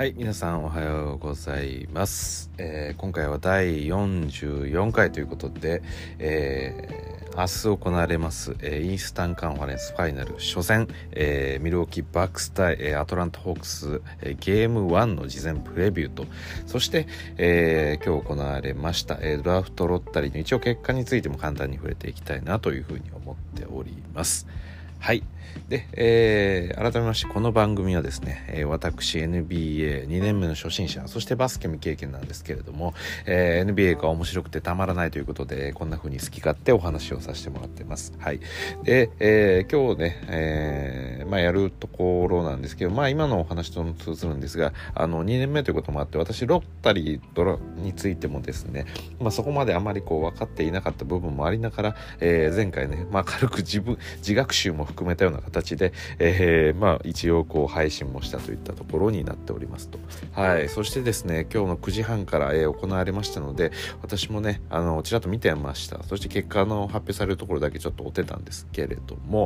はい、皆さんおはようございます。今回は第44回ということで、明日行われます、イースタンカンファレンスファイナル初戦、ミルウォーキーバックス対、アトランタホークス、ゲーム1の事前プレビューと、そして、今日行われました、ドラフトロッタリーの一応結果についても簡単に触れていきたいなというふうに思っております。はい。で、改めましてこの番組はですね、私 NBA2 年目の初心者、そしてバスケ未経験なんですけれども、NBA が面白くてたまらないということで、こんな風に好き勝手お話をさせてもらってます。はい。で、今日ね、やるところなんですけど、今のお話と通ずるんですが、2年目ということもあって、私ロッタリードラについてもですね、そこまであまり分かっていなかった部分もありながら、前回ね、軽く自学習も含めたような形で、一応配信もしたといったところになっておりますと。はい。そしてですね、今日の9時半から、行われましたので、私もね、ちらっと見てました。そして結果の発表されるところだけちょっと追ってたんですけれども、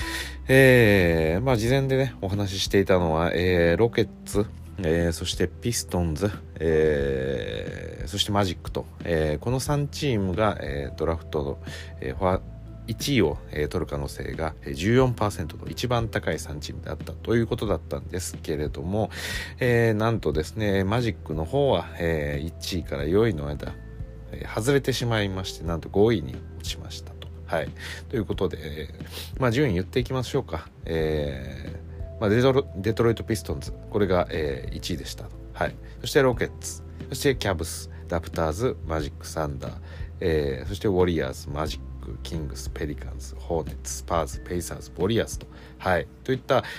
事前でね、お話ししていたのは、ロケッツ、そしてピストンズ、そしてマジックと、この3チームが、ドラフトの、1位を、取る可能性が 14% の一番高い3チームであったということだったんですけれども、なんとですねマジックの方は、1位から4位の間、外れてしまいまして、なんと5位に落ちましたと。はい。ということで、順位言っていきましょうか。デトロイトピストンズ、これが、1位でしたと。はい。そしてロケッツ、そしてキャブス、ラプターズ、マジック、サンダー、そしてウォリアーズ、マジック、キングス、ペリカンズ、ホーネッツ、スパーズ、ペイサーズ、ウォリアーズと、はい、といった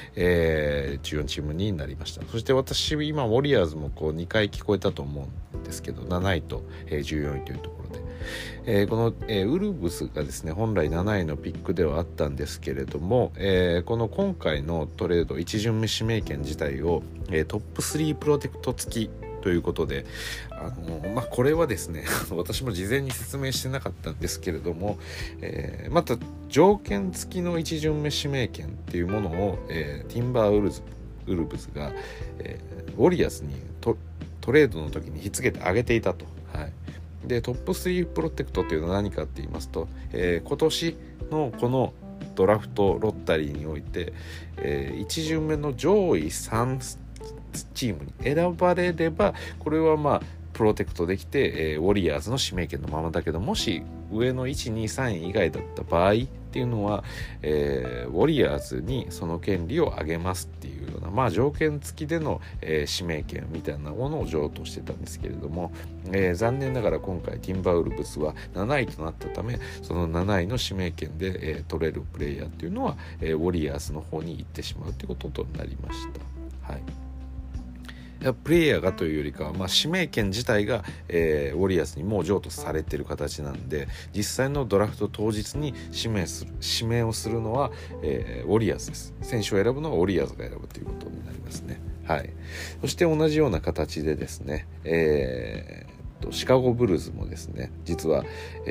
、14チームになりました。そして私今ウォリアーズも2回聞こえたと思うんですけど、7位と、14位というところで、この、ウルブスがですね本来7位のピックではあったんですけれども、この今回のトレード1巡目指名権自体を、トップ3プロテクト付きということで、これはですね私も事前に説明してなかったんですけれども、また条件付きの1巡目指名権っていうものを、ティンバーウルブズが、ウォリアーズにトレードの時にひっつけてあげていたと。はい。でトップ3プロテクトっていうのは何かって言いますと、今年のこのドラフトロッタリーにおいて、1巡目の上位3チームに選ばれれば、これはプロテクトできて、ウォリアーズの指名権のままだけど、もし上の 1,2,3 位以外だった場合っていうのは、ウォリアーズにその権利をあげますっていうような、条件付きでの、指名権みたいなものを譲渡してたんですけれども、残念ながら今回ティンバーウルブスは7位となったため、その7位の指名権で、取れるプレイヤーっていうのは、ウォリアーズの方に行ってしまうということとなりました。はい。プレイヤーがというよりかは、指名権自体が、ウォリアーズにもう譲渡されている形なんで、実際のドラフト当日に指名をするのは、ウォリアーズです。選手を選ぶのはウォリアーズが選ぶということになりますね。はい。そして同じような形でですね、シカゴブルーズもですね、実は、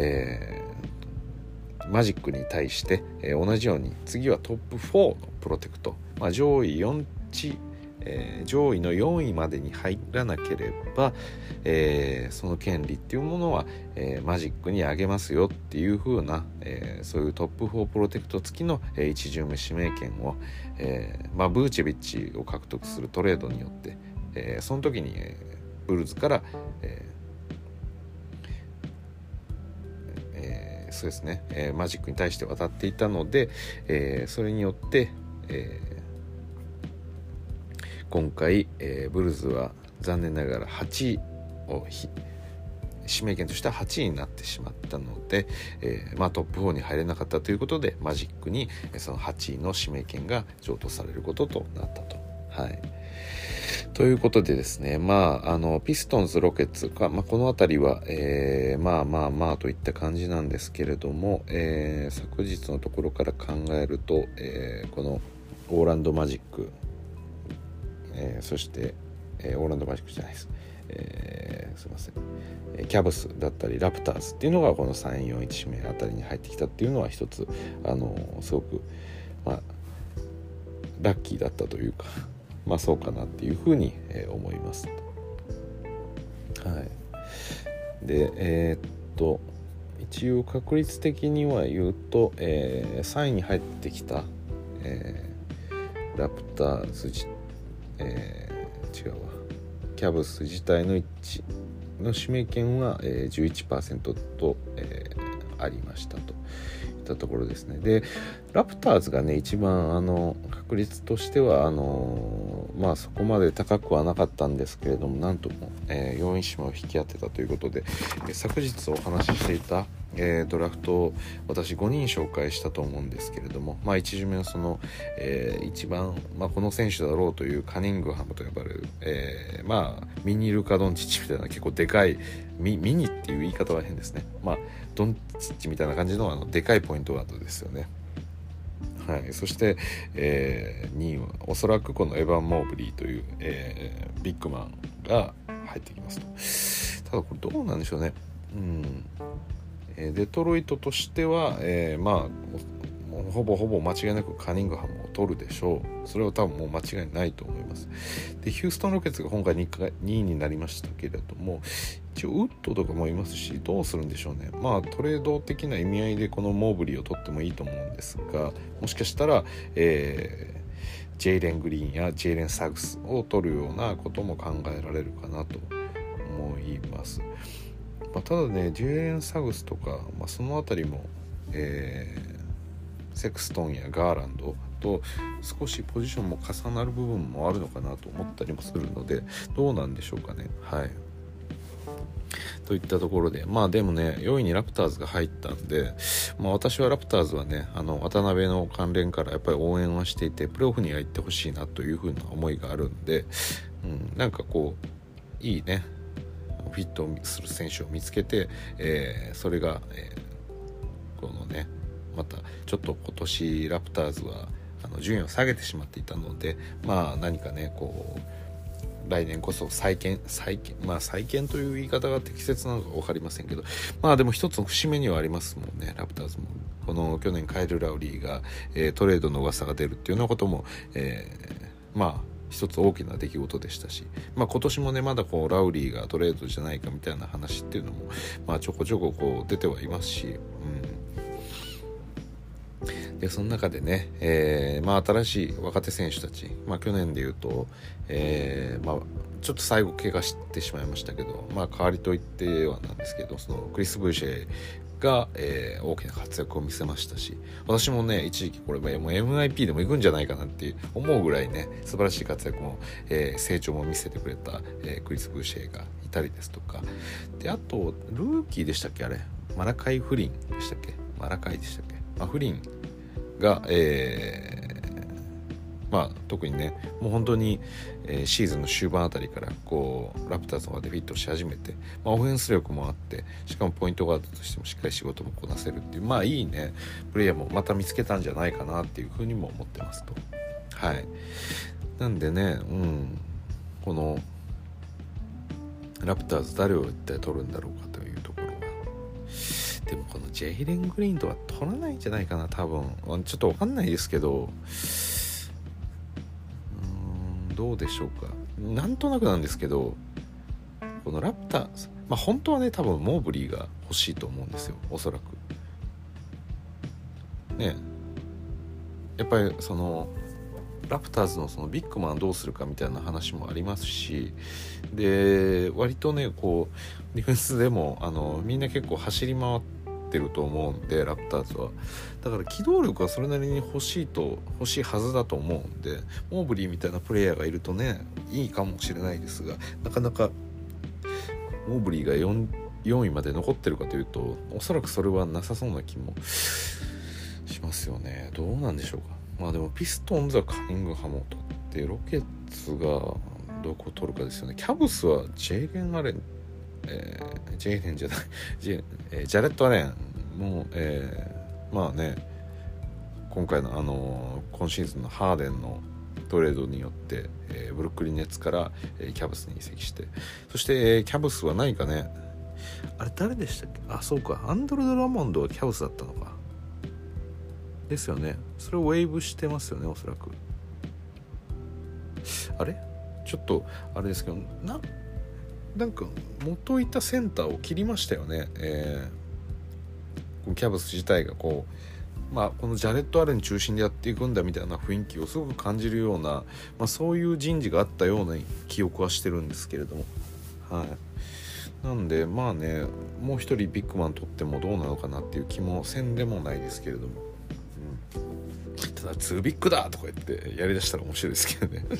マジックに対して、同じように次はトップ4のプロテクト、上位4チ上位の4位までに入らなければ、その権利っていうものは、マジックにあげますよっていう風な、そういうトップ4プロテクト付きの、1巡目指名権を、ブーチェビッチを獲得するトレードによって、その時に、ブルーズから、そうですね、マジックに対して渡っていたので、それによって、今回、ブルーズは残念ながら8位を指名権としては8位になってしまったので、トップ4に入れなかったということで、マジックにその8位の指名権が譲渡されることとなったと。はい。ということでですね、ピストンズ、ロケッツか、このあたりは、といった感じなんですけれども、昨日のところから考えると、このオーランドマジック、そして、オーランドマジックじゃないです、すいません、キャブスだったりラプターズっていうのがこの3、4、1指名あたりに入ってきたっていうのは一つすごくラッキーだったというか、 まあそうかなっていうふうに、思います。はい。で一応確率的には言うと、3位に入ってきた、ラプターズ、違うわ、キャブス自体の指名権は、11% と、ありましたといったところですね。でラプターズがね一番確率としてはまあそこまで高くはなかったんですけれども、なんとも、4位指名を引き当てたということで、昨日お話ししていた、ドラフトを私5人紹介したと思うんですけれども、まあ、1巡目のその、一番、まあ、この選手だろうというカニングハムと呼ばれる、まあミニルカ・ドンチッチみたいな結構でかいミニっていう言い方は変ですね。まあドンチッチみたいな感じのでかいポイントガードですよね。はい、そして、2位はおそらくこのエヴァン・モーブリーという、ビッグマンが入ってきますと。ただこれどうなんでしょうね。デトロイトとしては、まあほぼ間違いなくカニングハムを取るでしょう。それは多分もう間違いないと思います。でヒューストンロケッツが今回2位になりましたけれども、一応ウッドとかもいますし、どうするんでしょうね。まあトレード的な意味合いでこのモーブリーを取ってもいいと思うんですが、もしかしたら、ジェイレン・グリーンやジェイレン・サグスを取るようなことも考えられるかなと思います。まあ、ただねジェイレン・サグスとか、まあ、そのあたりも、セクストンやガーランドと少しポジションも重なる部分もあるのかなと思ったりもするので、どうなんでしょうかね。はい。といったところで、まあでもね4位にラプターズが入ったんで、まあ、私はラプターズはね渡辺の関連からやっぱり応援はしていて、プレーオフには行ってほしいなというふうな思いがあるんで、なんかこういいねフィットする選手を見つけて、それが、このねまたちょっと今年ラプターズは順位を下げてしまっていたので、まあ何かねこう来年こそ再建まあ再建という言い方が適切なのか分かりませんけど、まあでも一つの節目にはありますもんね。ラプターズもこの去年カイル・ラウリーが、トレードの噂が出るっていうようなことも、まあ一つ大きな出来事でしたし、まあ、今年もねまだこうラウリーがトレードじゃないかみたいな話っていうのも、まあ、ちょこちょここう出てはいますし、でその中でね、まあ、新しい若手選手たち、まあ、去年でいうと、まあ、ちょっと最後怪我してしまいましたけど、まあ、代わりといってはなんですけど、そのクリス・ブーシェが、大きな活躍を見せましたし、私もね一時期これもう MIP でも行くんじゃないかなって思うぐらいね素晴らしい活躍も、成長も見せてくれた、クリス・ブーシェがいたりですとかで、あとルーキーでしたっけ、あれマラカイ・フリンでしたっけ、フリンが、まあ、特にねもう本当に、シーズンの終盤あたりからこうラプターズとかでフィットし始めて、まあ、オフェンス力もあって、しかもポイントガードとしてもしっかり仕事もこなせるっていう、まあいいねプレイヤーもまた見つけたんじゃないかなっていうふうにも思ってますと。はい。なんでね、このラプターズ誰を一体取るんだろうかというところが、でもこのジェイレン・グリーンとは取らないんじゃないかな多分。ちょっと分かんないですけど、どうでしょうか。なんとなくなんですけど、このラプターズ、まあ本当はね多分モーブリーが欲しいと思うんですよ、おそらくね。やっぱりそのラプターズのそのビッグマンどうするかみたいな話もありますし、で割とねこうディフェンスでもみんな結構走り回ってると思うんで、ラプターズはだから機動力はそれなりに欲しいはずだと思うんで、モーブリーみたいなプレイヤーがいるとねいいかもしれないですが、なかなかモーブリーが4位まで残ってるかというと、おそらくそれはなさそうな気もしますよね。どうなんでしょうか。まあでもピストンズはカニングハムを取って、ロケッツがどこを取るかですよね。キャブスはジェイレン・アレン、ジェイレンじゃないジャレット・アレンも、まあね今回の今シーズンのハーデンのトレードによって、ブルックリンネッツから、キャブスに移籍して、そして、キャブスは何かね、あれ誰でしたっけ、あそうかアンドル・ドラモンドはキャブスだったのかですよね。それをウェーブしてますよね、おそらく。 あれちょっとあれですけどなんか元いたセンターを切りましたよね。キャブス自体がこのジャレット・アレン中心でやっていくんだみたいな雰囲気をすごく感じるような、そういう人事があったような記憶はしてるんですけれども、なんでもう一人ビッグマン取ってもどうなのかなっていう気もせんでもないですけれども、ただ2ビッグだとか言ってやりだしたら面白いですけどね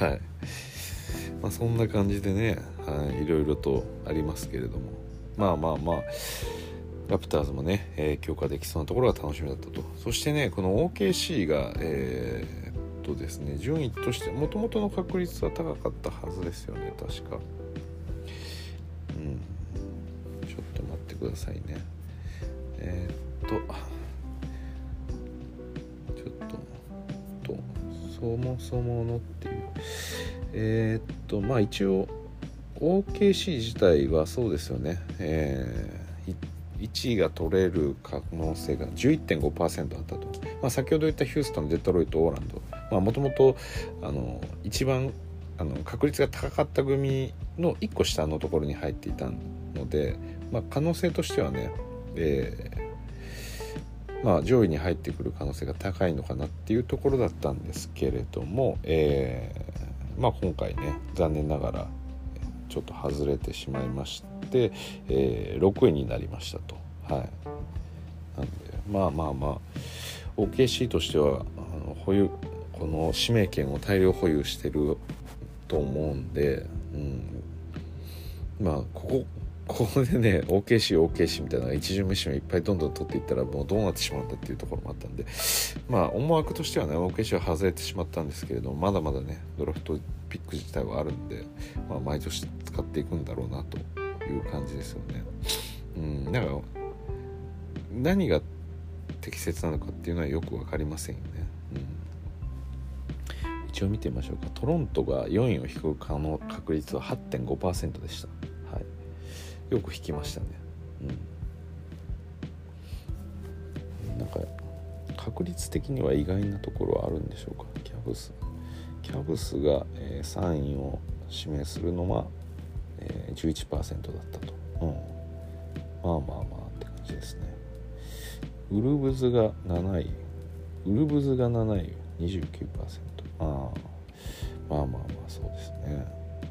そんな感じでね、いろいろとありますけれども、ラプターズもね、強化できそうなところが楽しみだったと。そしてね、この OKC がですね、順位として元々の確率は高かったはずですよね、確か。ちょっと待ってくださいね。ちょっとそもそものっていう一応 OKC 自体はそうですよね、1位が取れる可能性が 11.5% あったと。先ほど言ったヒューストン、デトロイト、オーランド、もともと一番確率が高かった組の1個下のところに入っていたので、可能性としてはね、上位に入ってくる可能性が高いのかなっていうところだったんですけれども、今回ね、残念ながらちょっと外れてしまいまして、6位になりましたと。なんでOKC としてはこの指名権を大量保有してると思うんで、ここでね OKC みたいな一巡目指名いっぱいどんどん取っていったらもうどうなってしまうんだっていうところもあったんで、思惑としてはね OKC は外れてしまったんですけれども、まだまだねドラフトピック自体はあるんで、毎年使っていくんだろうなという感じですよね。なんか何が適切なのかっていうのはよく分かりませんよね。一応見てみましょうか。トロントが4位を引く確率は 8.5% でした。よく引きましたね。なんか確率的には意外なところはあるんでしょうか。キャブスが3位を指名するのは 11% だったと。って感じですね。ウルブズが7位 29%。そうですね。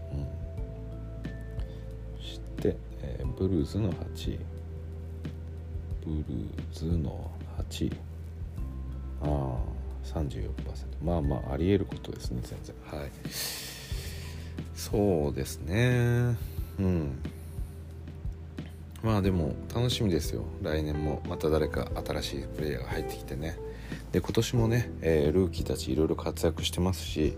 そして、ブルーズの8位。34%。あり得ることですね、全然。そうですね。でも楽しみですよ。来年もまた誰か新しいプレイヤーが入ってきてね。で今年もね、ルーキーたちいろいろ活躍してますし、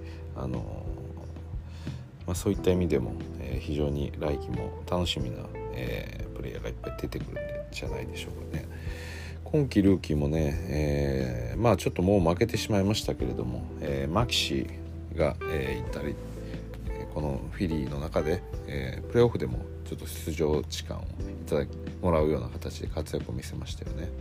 そういった意味でも、非常に来季も楽しみな、プレイヤーがいっぱい出てくるんじゃないでしょうかね。今季ルーキーもね、ちょっともう負けてしまいましたけれども、マキシが、いたり、このフィリーの中で、プレーオフでもちょっと出場時間をもらうような形で活躍を見せましたよね。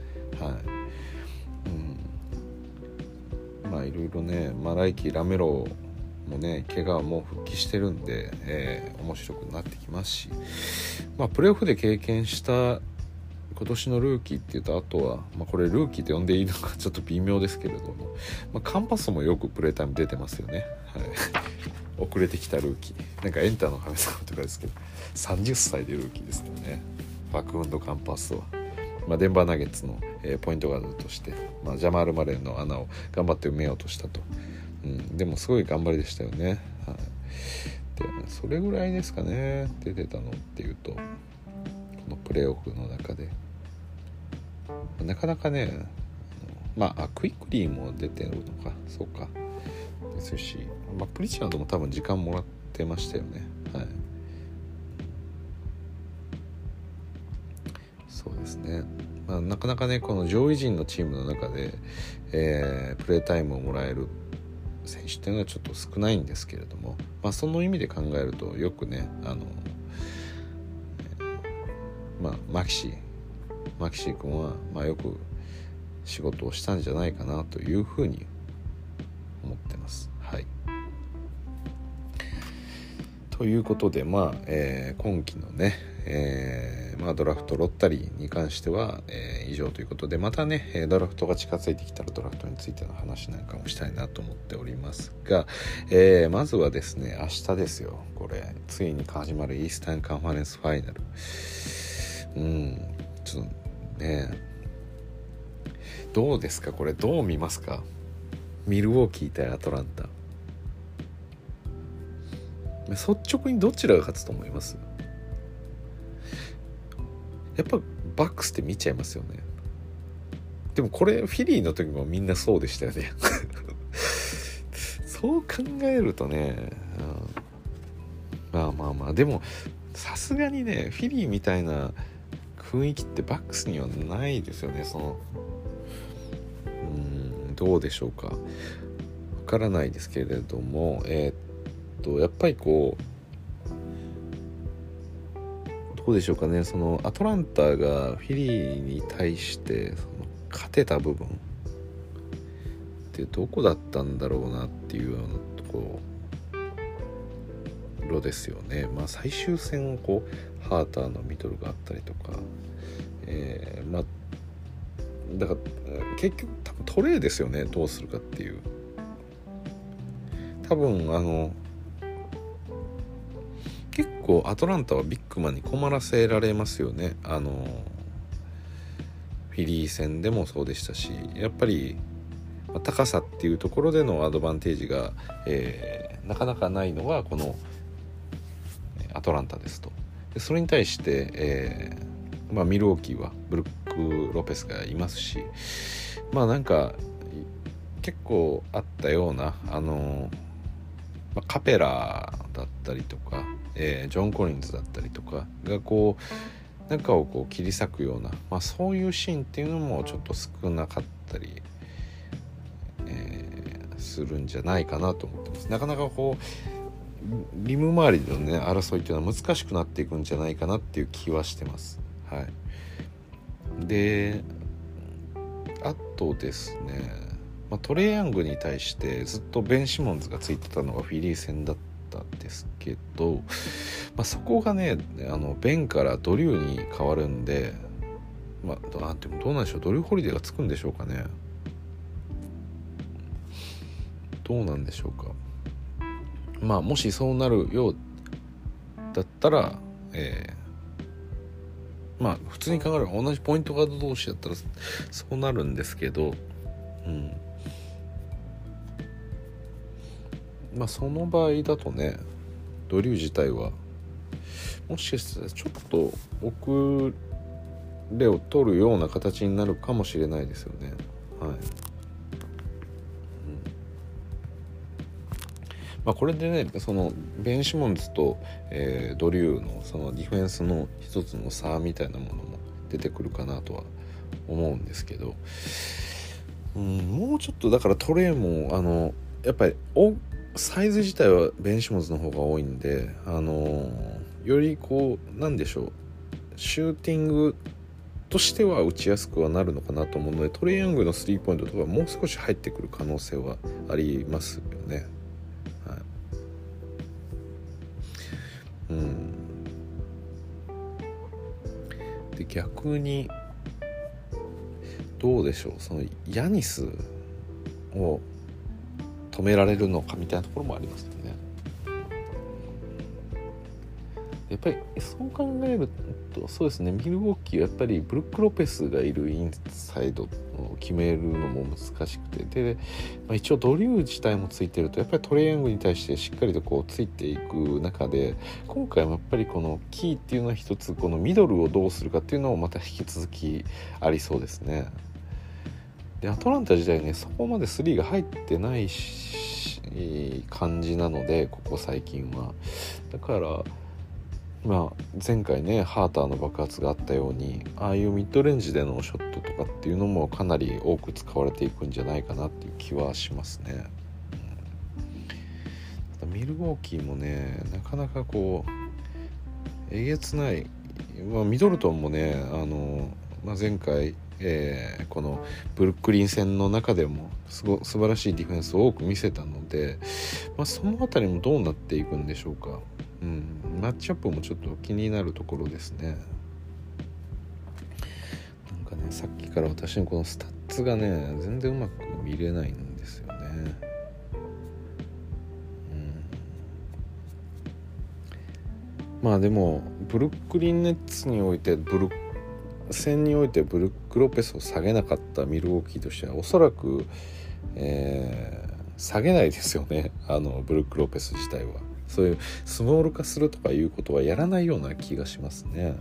いろいろね、来季ラメロもね怪我はもう復帰してるんで、面白くなってきますし、プレーオフで経験した今年のルーキーっていうと、あとは、これルーキーと呼んでいいのかちょっと微妙ですけれども、カンパスもよくプレータイム出てますよね。遅れてきたルーキー、なんかエンターの神様とかですけど30歳でルーキーですからね。ファクウンド・カンパスは、デンバーナゲッツの、ポイントガードとして、ジャマール・マレーの穴を頑張って埋めようとしたと。でもすごい頑張りでしたよね。でそれぐらいですかね、出てたのっていうと、このプレーオフの中でなかなかね、クイックリーも出てるのか、そうかですし、プリチャードも多分時間もらってましたよね。そうですね。なかなかね、この上位陣のチームの中で、プレータイムをもらえる選手っていうのはちょっと少ないんですけれども、その意味で考えるとよくね、マキシー君は、よく仕事をしたんじゃないかなというふうに思ってます。 ということで、今期のね、ドラフトロッタリーに関しては、以上ということで、またねドラフトが近づいてきたらドラフトについての話なんかもしたいなと思っておりますが、まずはですね、明日ですよ。これついに始まるイースタンカンファレンスファイナル。ちょっとね、どうですか、これどう見ますか。ミルウォーキー対アトランタ、率直にどちらが勝つと思います？やっぱバックスって見ちゃいますよね。でもこれフィリーの時もみんなそうでしたよねそう考えるとね、でもさすがにねフィリーみたいな雰囲気ってバックスにはないですよね。どうでしょうか、わからないですけれども、やっぱりこうどうでしょうかね、そのアトランタがフィリーに対してその勝てた部分ってどこだったんだろうなっていうようなところですよね。最終戦をこうハーターのミドルがあったりとか、だから結局多分トレーですよね、どうするかっていう。多分結構アトランタはビッグマンに困らせられますよね。フィリー戦でもそうでしたし、やっぱり高さっていうところでのアドバンテージが、なかなかないのがこのアトランタですと。でそれに対して、ミルウォーキーはブルック・ロペスがいますし、なんか結構あったようなカペラだったりとか、ジョン・コリンズだったりとかがこう中をこう切り裂くような、そういうシーンっていうのもちょっと少なかったり、するんじゃないかなと思ってます。なかなかこうリム周りでのね争いっていうのは難しくなっていくんじゃないかなっていう気はしてます。はい。で、あとですね、トレイヤングに対してずっとベン・シモンズがついてたのがフィリー戦だったんですけど、そこがねベンからドリューに変わるんで、でもどうなんでしょう、ドリュー・ホリデーがつくんでしょうかね。どうなんでしょうか。もしそうなるようだったら、普通に考えれば同じポイントガード同士だったらそうなるんですけど、その場合だとね、ドリュー自体はもしかしたらちょっと遅れを取るような形になるかもしれないですよね。はい。これでね、そのベン・シモンズと、ドリューのそのディフェンスの一つの差みたいなものも出てくるかなとは思うんですけど、もうちょっとだからトレーもやっぱりサイズ自体はベン・シモンズの方が多いんで、よりこうなんでしょう、シューティングとしては打ちやすくはなるのかなと思うので、トレイヤングのスリーポイントとかもう少し入ってくる可能性はありますよね。はい。で逆にどうでしょう、そのヤニスを止められるのかみたいなところもありますよね。やっぱりそう考えるとそうですね、ミルウォーキーはやっぱりブルック・ロペスがいるインサイドを決めるのも難しくて、で、一応ドリュー自体もついてるとやっぱりトレイヤングに対してしっかりとこうついていく中で、今回もやっぱりこのキーっていうのは一つこのミドルをどうするかっていうのもまた引き続きありそうですね。でアトランタ自体ねそこまでスリーが入ってない感じなので、ここ最近はだから前回ねハーターの爆発があったように、ああいうミッドレンジでのショットとかっていうのもかなり多く使われていくんじゃないかなっていう気はしますね。ミルウォーキーもねなかなかこうえげつない、ミドルトンもね前回、このブルックリン戦の中でも素晴らしいディフェンスを多く見せたので、そのあたりもどうなっていくんでしょうか。 マッチアップもちょっと気になるところですね。なんかね、さっきから私のこのスタッツがね全然うまく見れないんですよね。まあでもブルックリンネッツにおいて戦においてブルック・ロペスを下げなかったミルウォーキーとしてはおそらく、下げないですよね。ブルック・ロペス自体はそういうスモール化するとかいうことはやらないような気がしますね。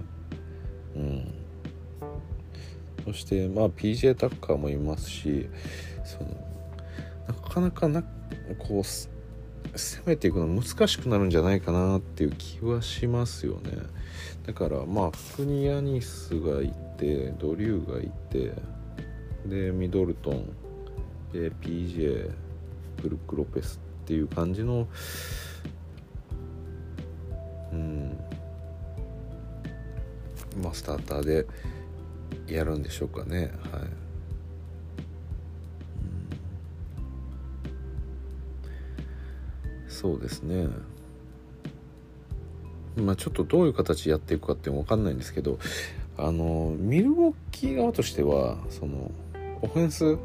そしてまあ PJ タッカーもいますし、なかなかこう攻めていくの難しくなるんじゃないかなっていう気はしますよね。だからまあここにヤニスがいてドリューがいてでミドルトンで PJ ブルック・ロペスっていう感じのまあスターターでやるんでしょうかね。はい。そうですね。まあちょっとどういう形でやっていくかって分かんないんですけど、ミルウォーキー側としてはそのオフェンスの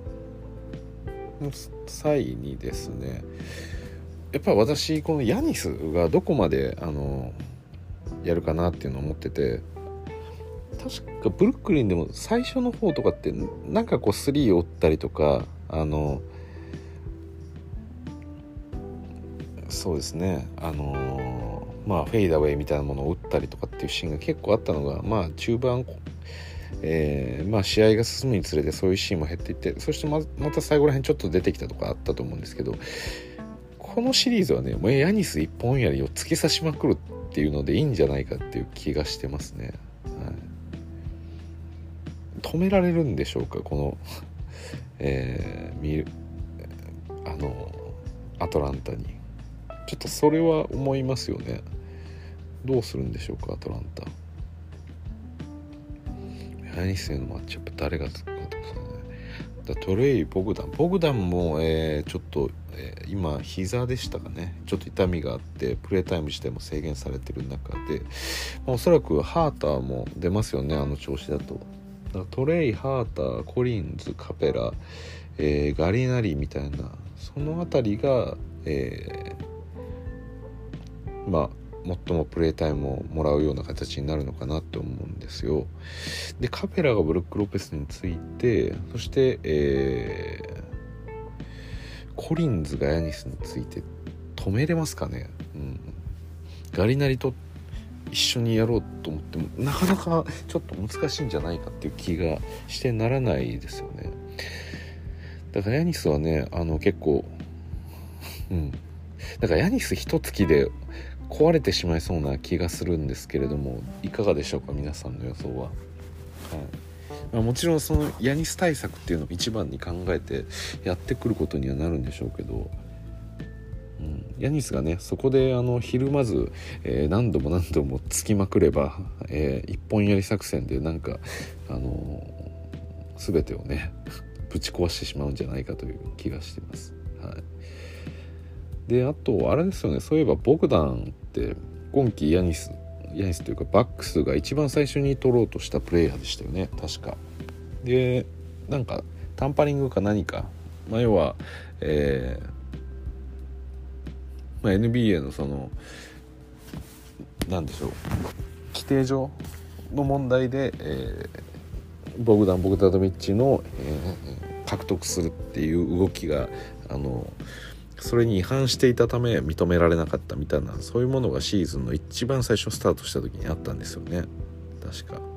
際にですね、やっぱり私このヤニスがどこまでやるかなっていうのを思ってて、確かブルックリンでも最初の方とかってなんかこうスリーを打ったりとかそうですねまあフェイダーウェイみたいなものを打ったりとかっていうシーンが結構あったのが、まあ中盤まあ試合が進むにつれてそういうシーンも減っていって、そしてまた最後らへんちょっと出てきたとかあったと思うんですけど、このシリーズはねもうヤニス一本槍を突き刺しまくるっていうのでいいんじゃないかっていう気がしてますね。はい、止められるんでしょうかこの、アトランタに。ちょっとそれは思いますよね。どうするんでしょうかアトランタ。ヤニスへのマッチアップ誰がつくかとかね。トレイ・ボグダンも、ちょっと、今膝でしたかね、ちょっと痛みがあってプレータイム自体も制限されてる中で、おそらくハーターも出ますよね調子だと。トレイ、ハーター、コリンズ、カペラ、ガリナリみたいなそのあたりが、まあ最もプレータイムをもらうような形になるのかなと思うんですよ。でカペラがブルック・ロペスについて、そして、コリンズがヤニスについて止めれますかね。ガリナリと一緒にやろうと思ってもなかなかちょっと難しいんじゃないかっていう気がしてならないですよね。だからヤニスはね結構だからヤニス一月で壊れてしまいそうな気がするんですけれども、いかがでしょうか皆さんの予想は。もちろんそのヤニス対策っていうのを一番に考えてやってくることにはなるんでしょうけど、ヤニスがねそこでひるまず、何度もつきまくれば、一本槍作戦でなんか全てをねぶち壊してしまうんじゃないかという気がしています。はい。であとあれですよね、そういえばボグダンって今季ヤニスというかバックスが一番最初に取ろうとしたプレイヤーでしたよね確か。でなんかタンパリングか何か、要は、NBA のそのなんでしょう規定上の問題で、ボグダノビッチの、獲得するっていう動きがそれに違反していたため認められなかったみたいな、そういうものがシーズンの一番最初スタートした時にあったんですよね確か。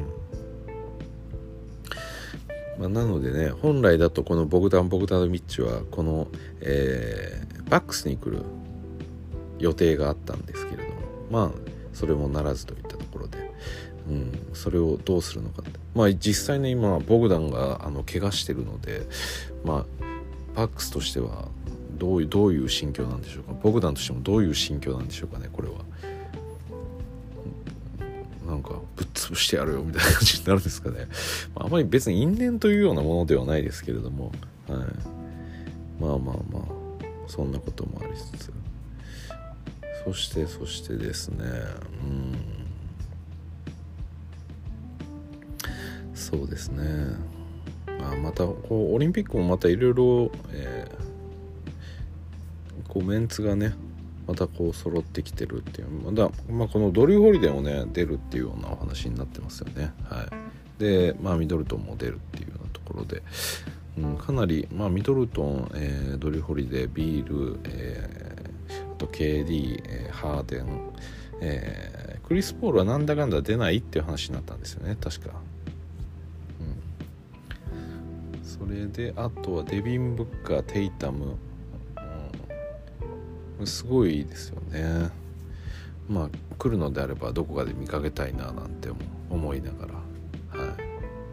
なのでね本来だとこのボグダノビッチはこの、バックスに来る予定があったんですけれども、それもならずといったところで、それをどうするのかって、実際ね今ボグダンが怪我してるので、バックスとしてはどういう心境なんでしょうか。ボグダンとしてもどういう心境なんでしょうかね。これはなんかぶっ潰してやるよみたいな感じになるんですかね。あまり別に因縁というようなものではないですけれども、そんなこともありつつ、 そしてですね、そうですね、またこうオリンピックもまたいろいろこうメンツがねまたこう揃ってきてるっていうこのドリュー・ホリデーもね出るっていうようなお話になってますよね。はい。でミドルトンも出るっていうようなところで、かなりミドルトン、ドリュー・ホリデー、ビール、あと KD、ハーデン、クリス・ポールはなんだかんだ出ないっていう話になったんですよね、確か。それであとはデビン・ブッカー、テイタム、すごいですよね。来るのであればどこかで見かけたいななんて思いながら、はい、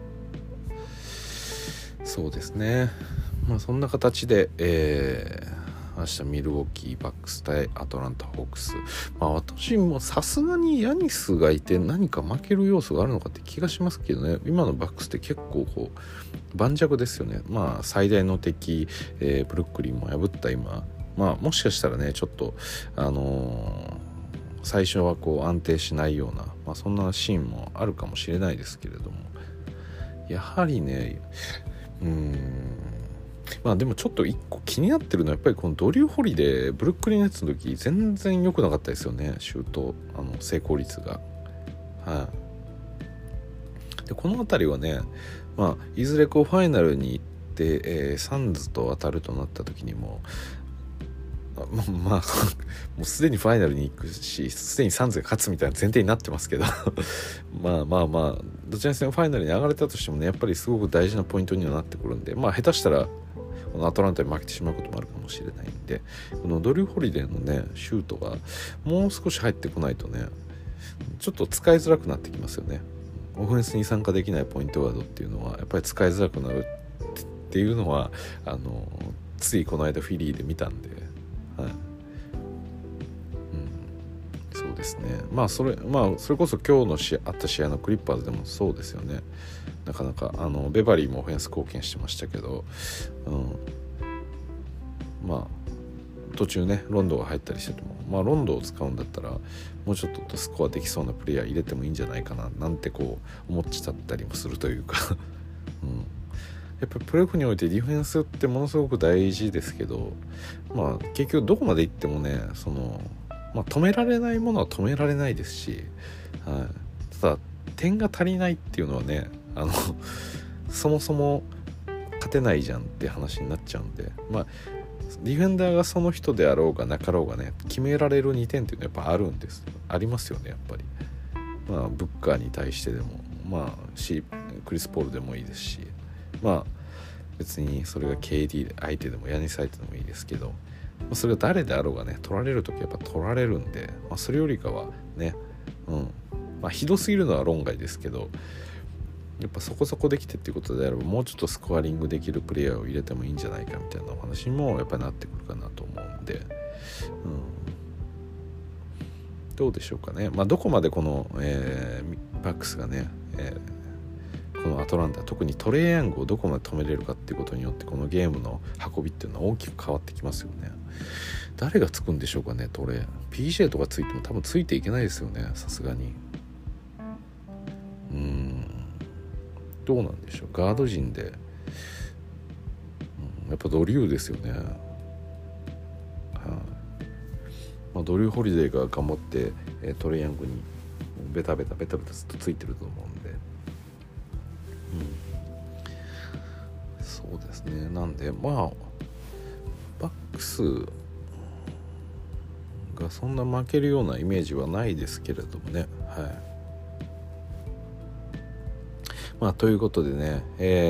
そうですね。そんな形で、明日ミルウォーキーバックス対アトランタホークス、私もさすがにヤニスがいて何か負ける要素があるのかって気がしますけどね。今のバックスって結構こう盤石ですよね。最大の敵、ブルックリンも破った今、もしかしたらねちょっと最初はこう安定しないような、そんなシーンもあるかもしれないですけれども、やはりねでもちょっと一個気になってるのはやっぱりこのドリュー・ホリデーブルックリンネッツの時全然良くなかったですよね、シュート成功率が。でこの辺りはね、いずれこうファイナルに行って、サンズと当たるとなった時にももうすでにファイナルに行くしすでにサンズが勝つみたいな前提になってますけどどちらにせよファイナルに上がれたとしてもねやっぱりすごく大事なポイントにはなってくるんで、下手したらこのアトランタに負けてしまうこともあるかもしれないんで、このドリュー・ホリデーのねシュートがもう少し入ってこないとねちょっと使いづらくなってきますよね。オフェンスに参加できないポイントガードっていうのはやっぱり使いづらくなるっていうのはついこの間フィリーで見たんで、そうですね。それこそ今日のあった試合のクリッパーズでもそうですよね。なかなかベバリーもオフェンス貢献してましたけど、途中ねロンドが入ったりしてても、ロンドを使うんだったらもうちょっとスコアできそうなプレイヤー入れてもいいんじゃないかななんてこう思っちゃったりもするというかやっぱりプレーオフにおいてディフェンスってものすごく大事ですけど、結局どこまで行ってもね止められないものは止められないですし、ただ点が足りないっていうのはねそもそも勝てないじゃんって話になっちゃうんで、ディフェンダーがその人であろうがなかろうがね決められる2点っていうのはやっぱありますよね。やっぱりブッカーに対してでもクリス・ポールでもいいですし、別にそれが KD 相手でもヤニス相手でもいいですけど、それが誰であろうがね取られるときやっぱ取られるんで、それよりかはねひどすぎるのは論外ですけど、やっぱそこそこできてっていうことであればもうちょっとスコアリングできるプレイヤーを入れてもいいんじゃないかみたいなお話にもやっぱりなってくるかなと思うんで、どうでしょうかね。どこまでこの、バックスがね、このアトランタ特にトレイヤングをどこまで止めれるかっていうことによってこのゲームの運びっていうのは大きく変わってきますよね。誰がつくんでしょうかね。PJ とかついても多分ついていけないですよね、さすがに。どうなんでしょう。ガード陣で、やっぱドリューですよね。ドリュー・ホリデーが頑張って、トレイヤングにベタベタずっとついてると思うんで、そうですね。なんでバックスがそんな負けるようなイメージはないですけれどもね。ということでね、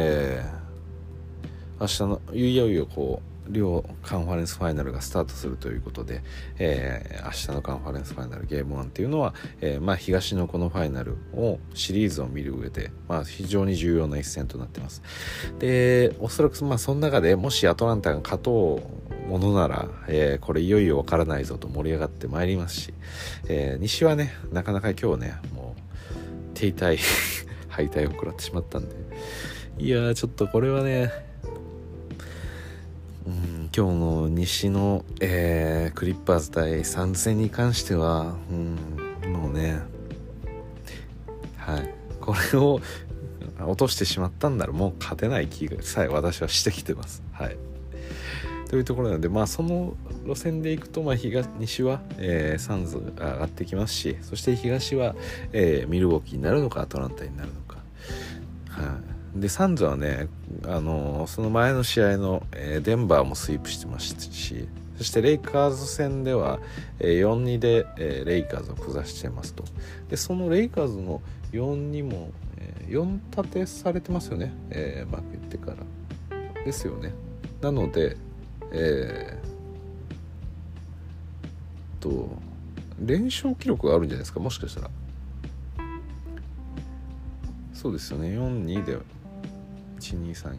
明日のいよいよこう両カンファレンスファイナルがスタートするということで、明日のカンファレンスファイナルゲーム1っていうのは、東のこのファイナルシリーズを見る上で、非常に重要な一戦となってます。でおそらくその中でもしアトランタが勝とうものなら、これいよいよわからないぞと盛り上がってまいりますし、西はねなかなか今日ねもう手痛い敗退を食らってしまったんで、いやちょっとこれはね今今日の西の、クリッパーズ対サンズ戦に関しては、もうね、はい、これを落としてしまったんならもう勝てない気がさえ私はしてきてます。はい。というところなので、その路線でいくと、西は、サンズが上がってきますし、そして東は、ミルウォーキーになるのかアトランタになるのか。はい。でサンズはね、その前の試合の、デンバーもスイープしてましたし、そしてレイカーズ戦では、4-2 で、レイカーズを下してますと。でそのレイカーズの 4-2 も、4立てされてますよね、負けてからですよね。なので連勝記録があるんじゃないですか、もしかしたら。そうですよね、4-2 で 1,2,3、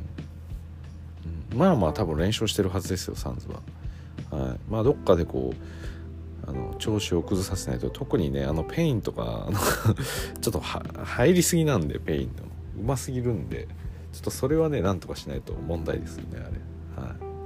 多分連勝してるはずですよ、サンズは。はい。どっかで調子を崩させないと、特にねペインとかちょっと入りすぎなんで、ペインのうますぎるんで、ちょっとそれはねなんとかしないと問題ですよね、あれ。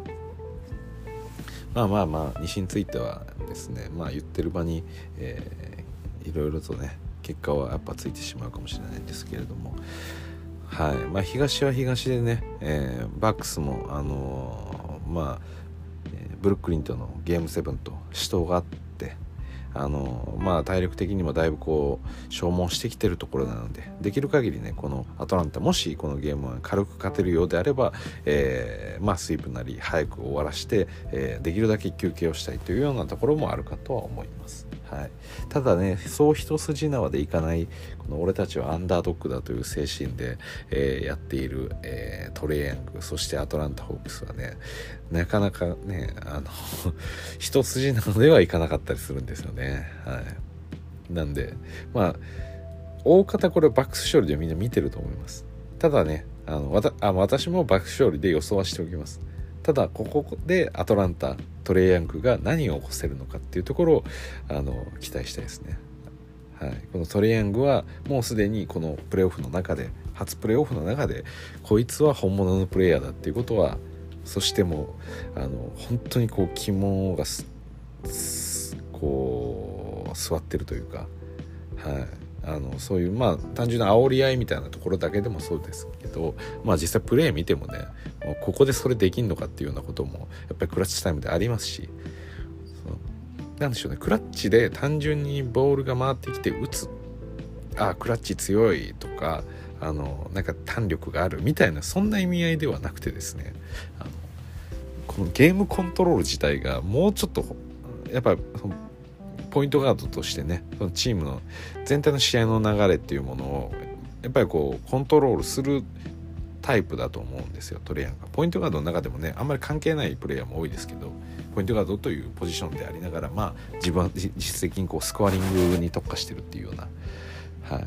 はい。西についてはですね、言ってる場に、いろいろとね結果はやっぱついてしまうかもしれないんですけれども、はい。東は東でね、バックスもブルックリンとのゲーム7と死闘があって、体力的にもだいぶ消耗してきてるところなので、できる限りねこのアトランタ、もしこのゲームは軽く勝てるようであれば、スイープなり早く終わらして、できるだけ休憩をしたいというようなところもあるかとは思います。はい。ただね、そう一筋縄でいかない、この俺たちはアンダードッグだという精神で、やっている、トレイヤング、そしてアトランタホークスはね、なかなかね一筋縄ではいかなかったりするんですよね。はい。なんで大方これはバックス勝利でみんな見てると思います。ただね、私もバックス勝利で予想はしておきます。ただここでアトランタ、トレイヤングが何を起こせるのかっていうところを期待したいですね。はい。このトレイヤングはもうすでにこのプレーオフの中で、初プレーオフの中でこいつは本物のプレイヤーだっていうことは、そしても本当に肝が座ってるというか、はい。そういう単純な煽り合いみたいなところだけでもそうですけど、実際プレー見てもね、ここでそれできんのかっていうようなこともやっぱりクラッチタイムでありますし、なんでしょうね、クラッチで単純にボールが回ってきて打つ、クラッチ強いとか、なんか弾力があるみたいな、そんな意味合いではなくてですね、このゲームコントロール自体がもうちょっとやっぱポイントガードとしてね、そのチームの全体の試合の流れっていうものをやっぱりコントロールするタイプだと思うんですよ、トレイヤーが。ポイントガードの中でもね、あんまり関係ないプレイヤーも多いですけど、ポイントガードというポジションでありながら、自分は実質的にスコアリングに特化してるっていうような、はい。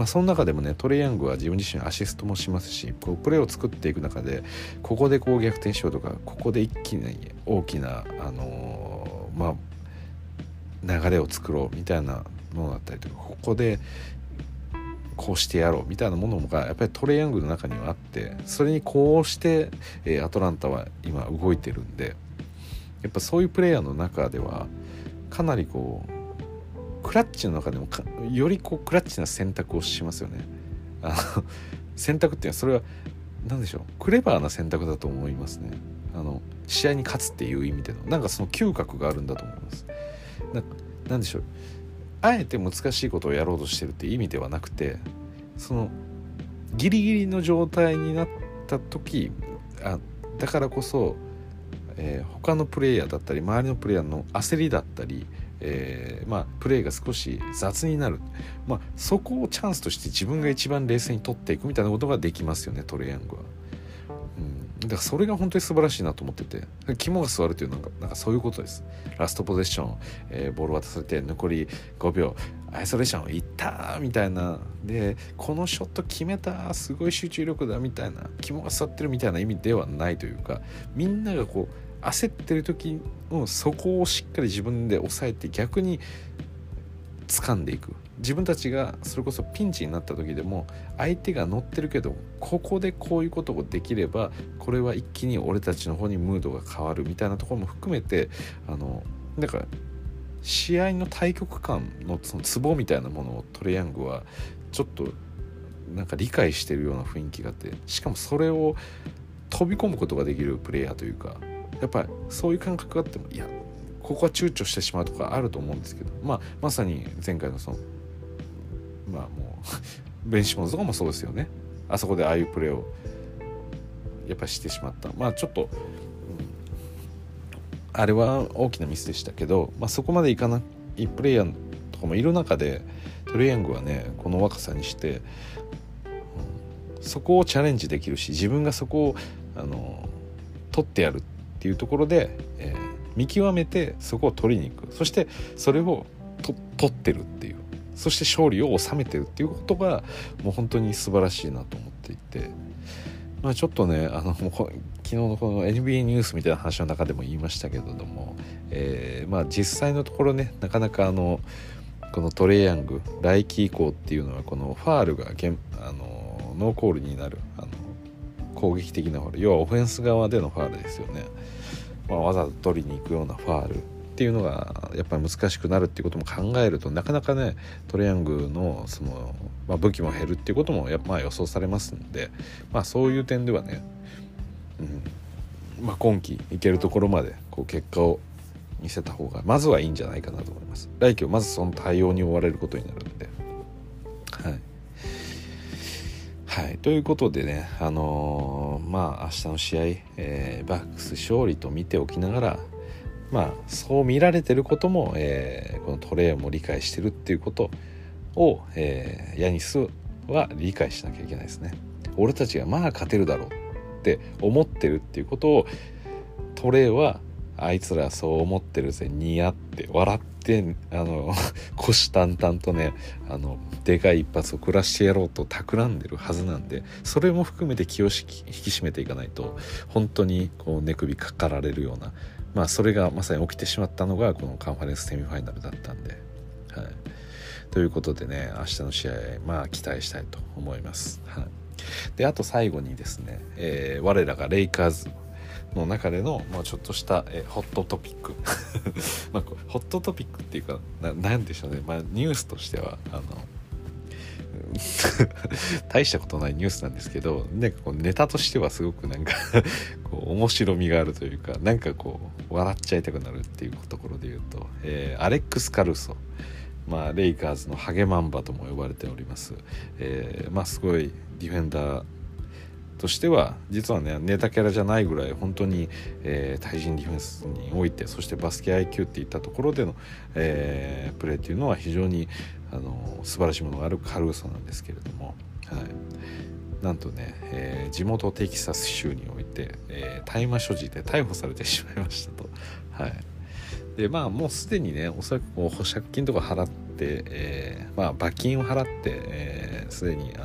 その中でもね、トレイヤングは自分自身アシストもしますし、プレーを作っていく中で、ここで逆転しようとか、ここで一気に大きな流れを作ろうみたいなものだったりとか、ここでこうしてやろうみたいなものがやっぱりトレイヤングの中にはあって、それにこうして、アトランタは今動いてるんで、やっぱそういうプレイヤーの中ではかなりクラッチの中でもよりクラッチな選択をしますよね。選択っていうのは、それは何でしょう、クレバーな選択だと思いますね。試合に勝つっていう意味でのなんかその嗅覚があるんだと思います。なんでしょう、あえて難しいことをやろうとしてるっていう意味ではなくて、そのギリギリの状態になった時、だからこそ、他のプレイヤーだったり周りのプレイヤーの焦りだったり、プレーが少し雑になる、そこをチャンスとして自分が一番冷静に取っていくみたいなことができますよね、トレイヤングは。だからそれが本当に素晴らしいなと思ってて、肝が据わるというのがなんかそういうことです。ラストポゼッション、ボール渡されて残り5秒アイソレーションいったみたいな、でこのショット決めた、すごい集中力だみたいな、肝が据わってるみたいな意味ではないというか、みんなが焦ってる時のそこをしっかり自分で抑えて、逆に掴んでいく。自分たちがそれこそピンチになった時でも相手が乗ってるけどここでこういうことができればこれは一気に俺たちの方にムードが変わるみたいなところも含めてだから試合の対局感のそのツボみたいなものをトレヤングはちょっとなんか理解してるような雰囲気があって、しかもそれを飛び込むことができるプレイヤーというか、やっぱりそういう感覚があってもここは躊躇してしまうとかあると思うんですけど、まさに前回のもうベンシモンズとかもそうですよね。あそこでああいうプレーをやっぱりしてしまった。ちょっと、あれは大きなミスでしたけど、そこまでいかないプレイヤーとかもいる中でトレイヤングはねこの若さにして、そこをチャレンジできるし、自分がそこを取ってやるっていうところで、見極めてそこを取りに行く、そしてそれを取ってるっていう、そして勝利を収めてるっていうことがもう本当に素晴らしいなと思っていて、ちょっとねもう昨日のこの NBA ニュースみたいな話の中でも言いましたけれども、実際のところねなかなかこのトレイヤング来季以降っていうのはこのファールがノーコールになる攻撃的なファール、要はオフェンス側でのファールですよね。わざと取りに行くようなファールっていうのがやっぱり難しくなるっていうことも考えると、なかなかねトレイヤングの武器も減るっていうことも予想されますんで、そういう点ではね、今季いけるところまで結果を見せた方がまずはいいんじゃないかなと思います。来季はまずその対応に追われることになるので、ということでね、明日の試合、バックス勝利と見ておきながら、そう見られてることも、このトレイも理解してるっていうことを、ヤニスは理解しなきゃいけないですね。俺たちが勝てるだろうって思ってるっていうことをトレイはあいつらそう思ってるぜにやって笑って虎視眈々とねでかい一発を食らしてやろうと企んでるはずなんで、それも含めて気を引き締めていかないと本当に寝首かかられるような、それがまさに起きてしまったのがこのカンファレンスセミファイナルだったんで、ということでね明日の試合期待したいと思います。であと最後にですね、我らがレイカーズの中での、ちょっとした、ホットトピックホットトピックっていうかなんでしょうね、ニュースとしては大したことないニュースなんですけど、ネタとしてはすごく面白みがあるというか、笑っちゃいたくなるっていうところで言うと、アレックス・カルーソ、レイカーズのハゲマンバとも呼ばれております、すごいディフェンダーとしては実はねネタキャラじゃないぐらい本当に、対人ディフェンスにおいて、そしてバスケ IQ っていったところでの、プレーっていうのは非常に素晴らしいものがあるカルーソなんですけれども、なんとね、地元テキサス州において、大麻所持で逮捕されてしまいましたと。でもうすでにねおそらく保釈金とか払って、罰金を払ってすでに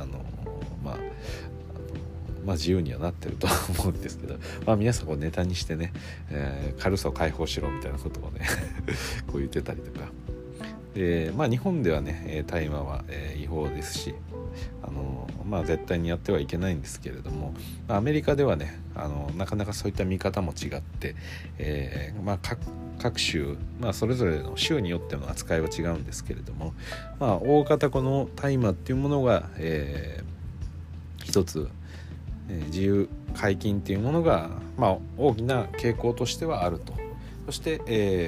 自由にはなってると思うんですけど、皆さんネタにしてね、軽さを解放しろみたいなことをね言ってたりとかで、日本ではね大麻は、違法ですし絶対にやってはいけないんですけれども、アメリカではねなかなかそういった見方も違って、各州、それぞれの州によっての扱いは違うんですけれども、大方この大麻っていうものが、一つ自由解禁っていうものが、大きな傾向としてはあると。そして、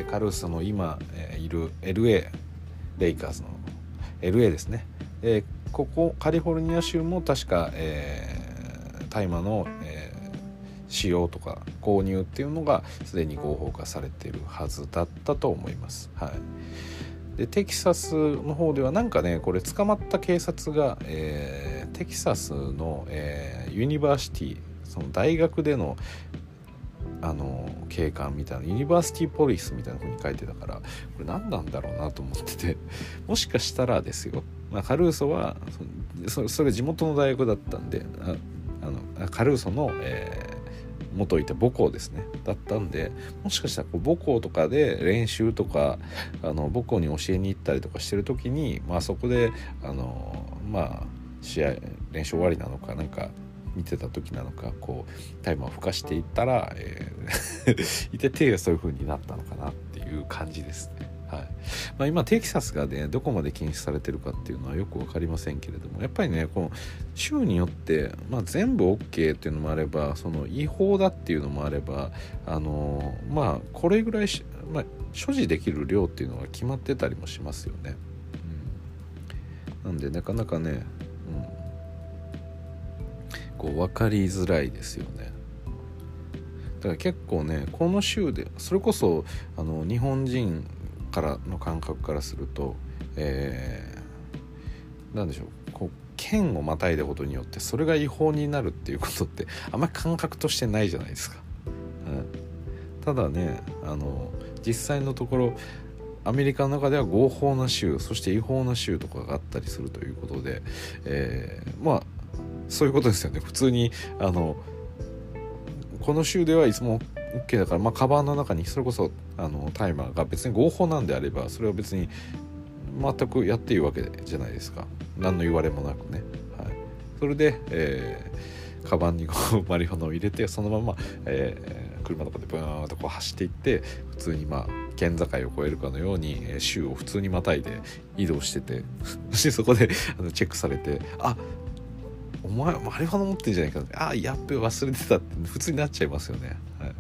カルーソの今、いる LA レイカーズの LA ですね、ここカリフォルニア州も確か、大麻の、使用とか購入っていうのがすでに合法化されているはずだったと思います。でテキサスの方ではこれ捕まった警察が、テキサスの、ユニバーシティ、その大学での警官みたいなユニバーシティポリスみたいな風に書いてたから、これ何なんだろうなと思ってて、もしかしたらですよ、カルーソはそれ地元の大学だったんでカルーソの、 元いた母校ですねだったんで、もしかしたら母校とかで練習とか母校に教えに行ったりとかしてる時に、そこで試合練習終わりなのかなんか見てた時なのかこうタイマーを吹かしていったら、いててそういう風になったのかなっていう感じですね。はい。今テキサスがねどこまで禁止されてるかっていうのはよく分かりませんけれども、やっぱりねこの州によって、全部 OK っていうのもあれば、その違法だっていうのもあれば、これぐらい所持できる量っていうのが決まってたりもしますよね。なんでなかなかね、こう分かりづらいですよね。だから結構ねこの州でそれこそ日本人からの感覚からすると、なんでしょう、こう県をまたいだことによってそれが違法になるっていうことってあんまり感覚としてないじゃないですか。ただね実際のところアメリカの中では合法な州そして違法な州とかがあったりするということで、そういうことですよね。普通にこの州ではいつも OK だから、カバンの中にそれこそタイマーが別に合法なんであればそれは別に全くやっていいわけじゃないですか。何の言われもなくね。それで、カバンにこうマリファナを入れてそのまま、車とかでブーンとこう走っていって普通に県境を越えるかのように、州を普通にまたいで移動しててそしてそこでチェックされてお前マリファナ持ってんじゃないかやっべ忘れてたって普通になっちゃいますよね。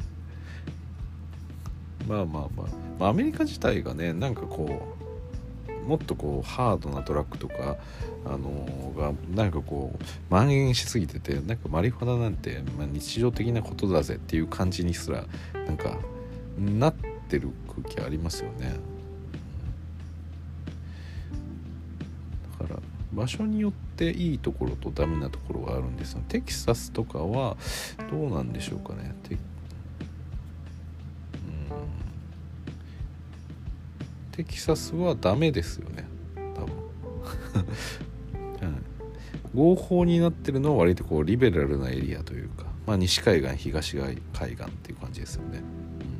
アメリカ自体がねなんかこうもっとこうハードなドラッグとかがなんかこう蔓延しすぎててなんかマリファナなんて、日常的なことだぜっていう感じにすらなんかなってる空気ありますよね。だから場所によっていいところとダメなところがあるんですよ。テキサスとかはどうなんでしょうかね。テキサスはダメですよね多分、合法になってるのは割とこうリベラルなエリアというか、西海岸東海岸っていう感じですよね。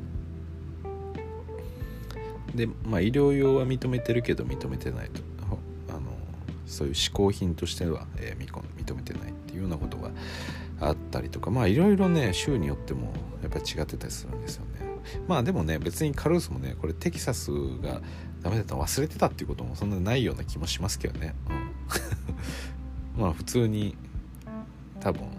で医療用は認めてるけど認めてないとそういう嗜好品としては、認めてないっていうようなことがあったりとかいろいろね州によってもやっぱり違ってたりするんですよね。でもね別にカルーソもねこれテキサスがダメだったの忘れてたっていうこともそんなないような気もしますけどね、普通に多分、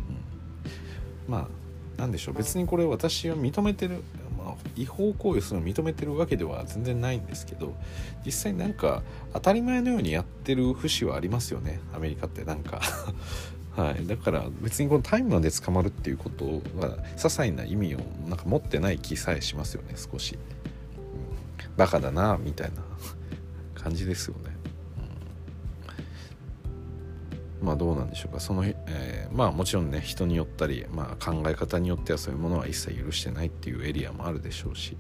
なんでしょう別にこれ私は認めてる、違法行為するのを認めてるわけでは全然ないんですけど実際なんか当たり前のようにやってる節はありますよねアメリカってなんかだから別にこのタイムで捕まるっていうことは些細な意味をなんか持ってない気さえしますよね少し、バカだなみたいな感じですよね。どうなんでしょうかその、もちろんね人によったり、考え方によってはそういうものは一切許してないっていうエリアもあるでしょうし、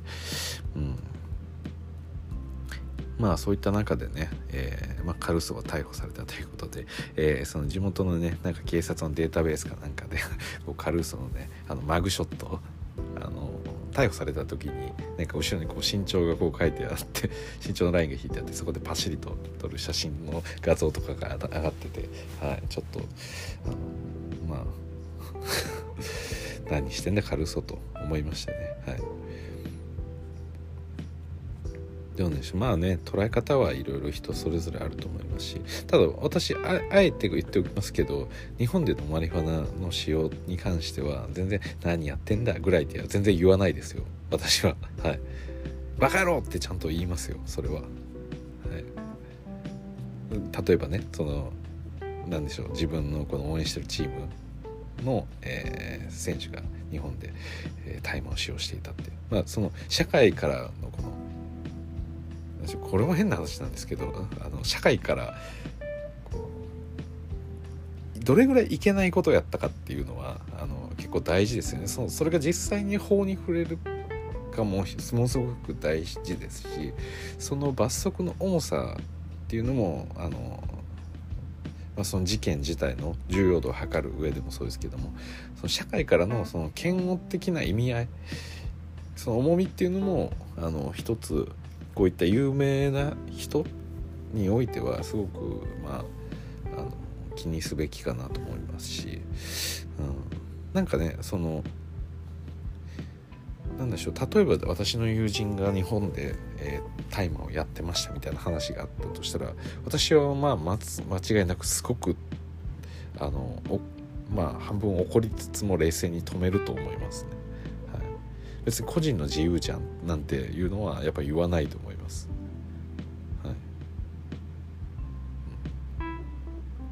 そういった中でね、カルーソが逮捕されたということで、その地元のねなんか警察のデータベースかなんかでこうカルーソのねマグショット逮捕された時になんか後ろにこう身長がこう書いてあって身長のラインが引いてあってそこでパシリと撮る写真の画像とかが上がってて、ちょっと何してんだカルーソと思いましたね。でもね捉え方はいろいろ人それぞれあると思いますし、ただ私 あえて言っておきますけど日本でのマリファナの使用に関しては全然何やってんだぐらいでは全然言わないですよ私は。バカ野郎ってちゃんと言いますよそれは。例えばねなんでしょう自分のこの応援してるチームの、選手が日本で、大麻を使用していたって、その社会からのこれも変な話なんですけど社会からどれぐらいいけないことをやったかっていうのは結構大事ですよね。それが実際に法に触れるかものすごく大事ですしその罰則の重さっていうのもその事件自体の重要度を測る上でもそうですけども、その社会からのその嫌悪的な意味合い、その重みっていうのも一つこういった有名な人においてはすごく気にすべきかなと思いますし、なんかねなんでしょう、例えば私の友人が日本で大麻をやってましたみたいな話があったとしたら、私は間違いなくすごく半分怒りつつも冷静に止めると思いますね、はい、別に個人の自由じゃんなんていうのはやっぱり言わないと思います、はい、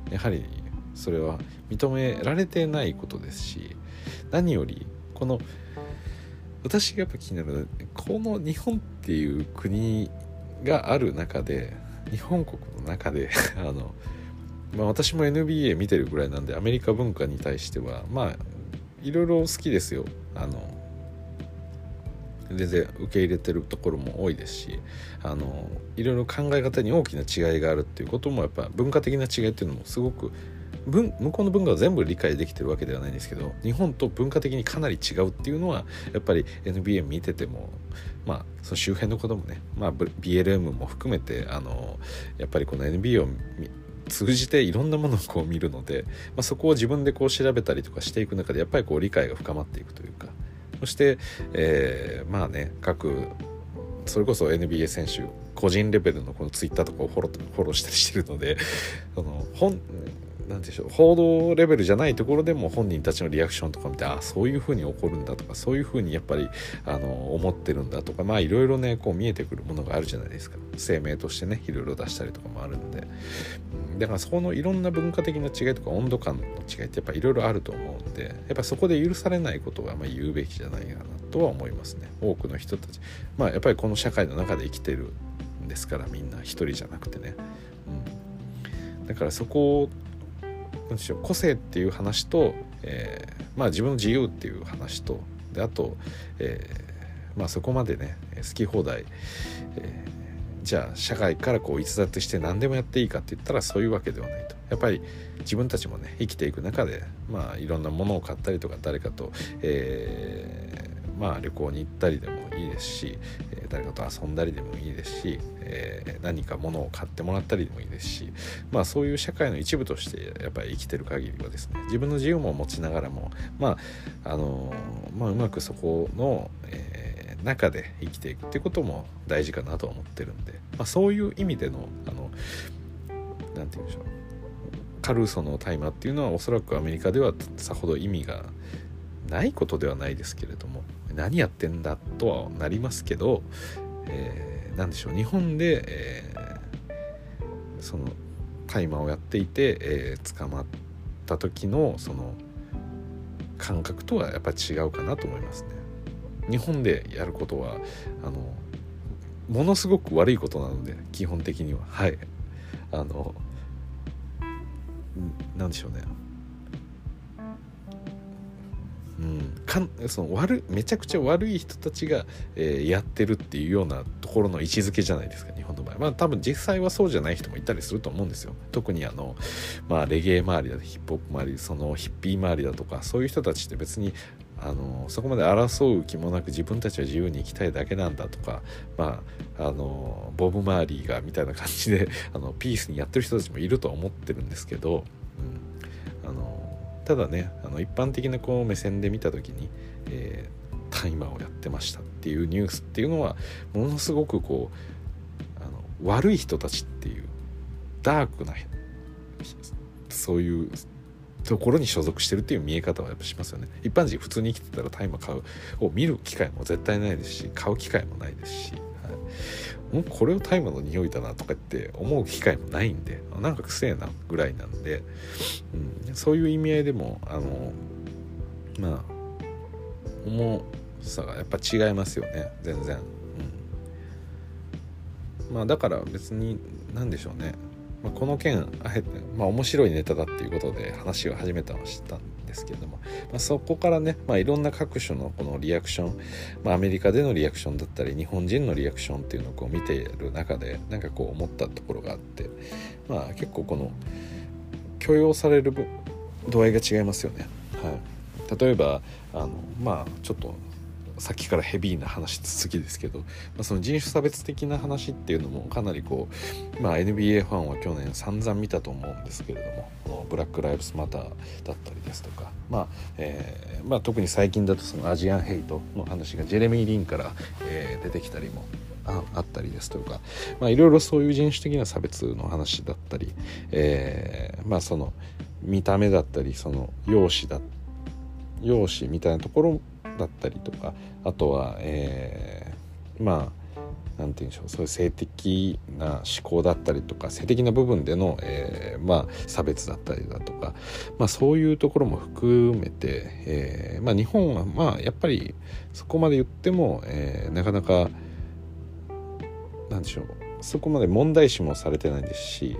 やはりそれは認められてないことですし、何より私がやっぱ気になるのは、この日本っていう国がある中で、日本国の中で私も NBA 見てるぐらいなんで、アメリカ文化に対してはいろいろ好きですよ。全然受け入れてるところも多いですし、いろいろ考え方に大きな違いがあるっていうことも、やっぱ文化的な違いっていうのもすごく向こうの文化を全部理解できてるわけではないんですけど、日本と文化的にかなり違うっていうのはやっぱり NBA 見てても、その周辺のこともね、BLM も含めてやっぱりこの NBA を通じていろんなものを見るので、そこを自分で調べたりとかしていく中でやっぱり理解が深まっていくというか、そして、各それこそ NBA 選手個人レベルのこのツイッターとかをフォローしたりしてるので、なんでしょう、報道レベルじゃないところでも本人たちのリアクションとか見て、そういう風に起こるんだとか、そういう風にやっぱり思ってるんだとか、いろいろね見えてくるものがあるじゃないですか。声明としてねいろいろ出したりとかもあるので、だからそこのいろんな文化的な違いとか温度感の違いってやっぱいろいろあると思うんで、やっぱそこで許されないことは言うべきじゃないかなとは思いますね。多くの人たちやっぱりこの社会の中で生きてるんですから、みんな一人じゃなくてね、だからそこをなんでしょう、個性っていう話と、自分の自由っていう話とで、あと、そこまでね好き放題、じゃあ社会から逸脱して何でもやっていいかって言ったらそういうわけではないと。やっぱり自分たちもね生きていく中でいろんなものを買ったりとか、誰かと、旅行に行ったりでもいいですし、誰かと遊んだりでもいいですし、何か物を買ってもらったりでもいいですし、そういう社会の一部としてやっぱり生きてる限りはですね、自分の自由も持ちながらもうまくそこの、中で生きていくっていうことも大事かなと思ってるんで、そういう意味でのなんて言うんでしょう、カルーソの大麻っていうのはおそらくアメリカではさほど意味がないことではないですけれども、何やってんだとはなりますけど、なんでしょう、日本で、その大麻をやっていて、捕まった時のその感覚とはやっぱり違うかなと思いますね。日本でやることはものすごく悪いことなので、基本的にはなんでしょうね、めちゃくちゃ悪い人たちが、やってるっていうようなところの位置づけじゃないですか、日本の場合。多分実際はそうじゃない人もいたりすると思うんですよ。特にレゲエ周りだとヒップホップ周り、そのヒッピー周りだとか、そういう人たちって別にそこまで争う気もなく自分たちは自由に生きたいだけなんだとか、ボブ・マーリーがみたいな感じでピースにやってる人たちもいるとは思ってるんですけど、ただね一般的な目線で見た時に、大麻をやってましたっていうニュースっていうのはものすごく悪い人たちっていうダークなそういうところに所属してるっていう見え方はやっぱしますよね。一般人普通に生きてたら大麻買うを見る機会も絶対ないですし、買う機会もないですし、これを大麻の匂いだなとかって思う機会もないんで、なんかくせえなぐらいなんで、そういう意味合いでも重さがやっぱ違いますよね、全然。だから別に何でしょうね、この件あえて面白いネタだっていうことで話を始めたのを知ったんですけれども、そこからね、いろんな各種のこのリアクション、アメリカでのリアクションだったり日本人のリアクションっていうのを見ている中でなんか思ったところがあって、結構この許容される度合いが違いますよね。例えばちょっとさっきからヘビーな話続きですけど、その人種差別的な話っていうのもかなりNBA ファンは去年散々見たと思うんですけれども、このブラックライブスマターだったりですとか、特に最近だとそのアジアンヘイトの話がジェレミー・リンから、出てきたりもあったりですとか、いろいろそういう人種的な差別の話だったり、その見た目だったり、その容姿みたいなところだったりとか、あとはなんて言うんでしょう、そういう性的な思考だったりとか、性的な部分での、差別だったりだとか、そういうところも含めて、日本はやっぱりそこまで言っても、なかなかなんでしょう、そこまで問題視もされてないですし、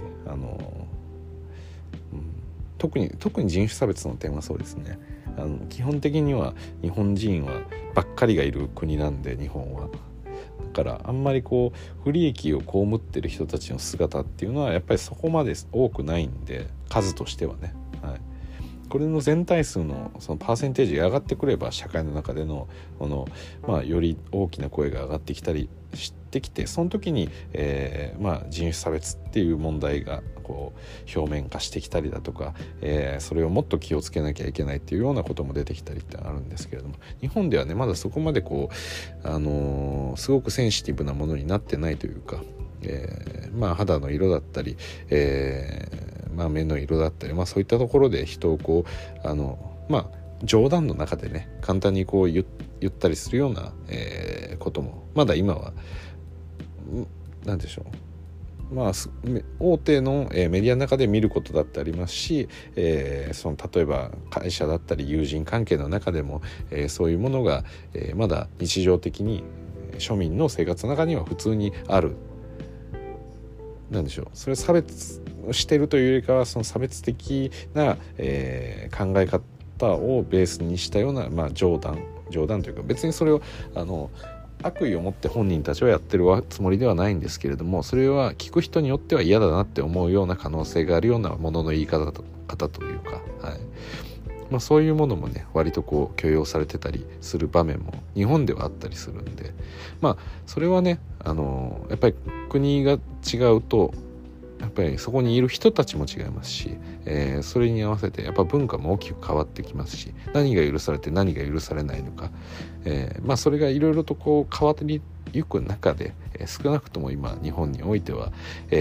特に人種差別の点はそうですね。基本的には日本人はばっかりがいる国なんで、日本はだからあんまり不利益を被ってる人たちの姿っていうのはやっぱりそこまで多くないんで、数としてはね、これの全体数のそのパーセンテージが上がってくれば、社会の中でのより大きな声が上がってきたりしてきて、その時に、人種差別っていう問題が表面化してきたりだとか、それをもっと気をつけなきゃいけないっていうようなことも出てきたりってあるんですけれども、日本ではねまだそこまですごくセンシティブなものになってないというか、肌の色だったり、目の色だったり、そういったところで人を冗談の中でね簡単に言ったりするような、こともまだ今は何でしょう、大手の、メディアの中で見ることだってありますし、例えば会社だったり友人関係の中でも、そういうものが、まだ日常的に庶民の生活の中には普通にある。なんでしょう、それ差別してるというよりかは、その差別的な、考え方をベースにしたような、冗談というか、別にそれを悪意を持って本人たちはやってるつもりではないんですけれども、それは聞く人によっては嫌だなって思うような可能性があるようなものの言い方というか、そういうものもね割と許容されてたりする場面も日本ではあったりするんで、それはねやっぱり国が違うとやっぱりそこにいる人たちも違いますし、それに合わせてやっぱ文化も大きく変わってきますし、何が許されて何が許されないのか、それがいろいろと変わりゆく中で、少なくとも今日本においては、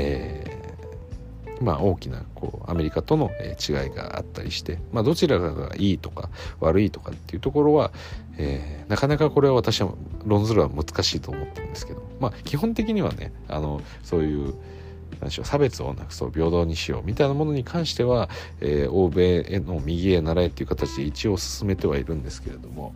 大きなアメリカとの違いがあったりして、どちらかがいいとか悪いとかっていうところは、なかなかこれは私は論ずるは難しいと思ってるんですけど、基本的にはねそういう差別をなくそう平等にしようみたいなものに関しては、欧米への右へ習えっていう形で一応進めてはいるんですけれども、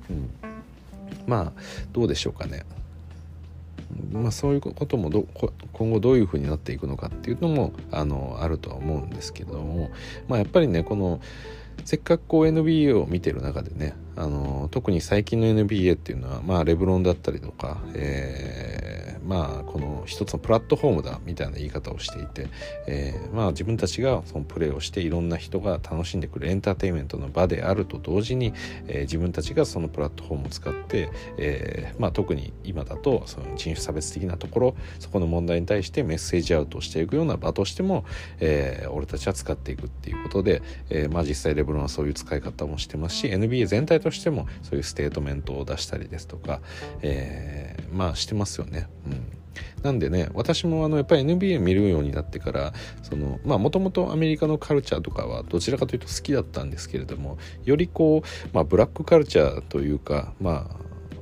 どうでしょうかね。そういうことも今後どういうふうになっていくのかっていうのもあるとは思うんですけども、やっぱりねせっかくNBA を見てる中でね特に最近の NBA っていうのはレブロンだったりとか、この一つのプラットフォームだみたいな言い方をしていて、自分たちがそのプレーをしていろんな人が楽しんでくるエンターテインメントの場であると同時に、自分たちがそのプラットフォームを使って、特に今だとその人種差別的なところ、そこの問題に対してメッセージアウトをしていくような場としても、俺たちは使っていくっていうことで、実際レブロンはそういう使い方もしてますし、 NBA 全体としてもそういうステートメントを出したりですとか、してますよね。なんでね、私もやっぱり NBA 見るようになってからもともとアメリカのカルチャーとかはどちらかというと好きだったんですけれども、よりブラックカルチャーというかブラ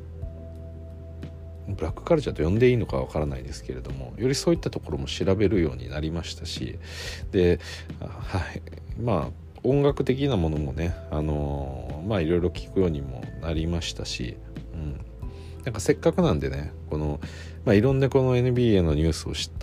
ックカルチャーと呼んでいいのかわからないですけれども、よりそういったところも調べるようになりましたし、で音楽的なものもねいろいろ聞くようにもなりましたし、せっかくなんでねいろんなこの NBA のニュースを知った、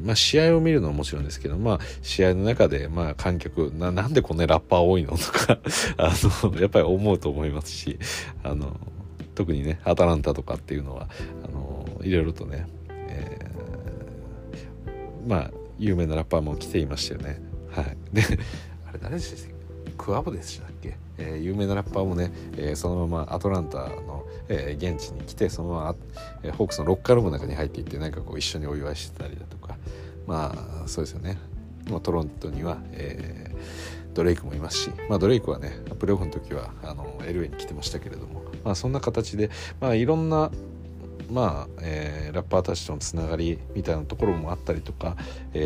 試合を見るのはもちろんですけど、試合の中で観客なんでこんなにラッパー多いのとかやっぱり思うと思いますし、特にねアトランタとかっていうのはいろいろとね、有名なラッパーも来ていましたよね。でれ誰でしたっけ、クワボでしたっけ、有名なラッパーもね、そのままアトランタの、現地に来てそのまま、ホークスのロッカールームの中に入っていってなんかこう一緒にお祝いしてたりだとか、まあそうですよね。トロントには、ドレイクもいますし、ドレイクはねプレーオフの時はLA に来てましたけれども、そんな形で、いろんなラッパーたちとのつながりみたいなところもあったりとか、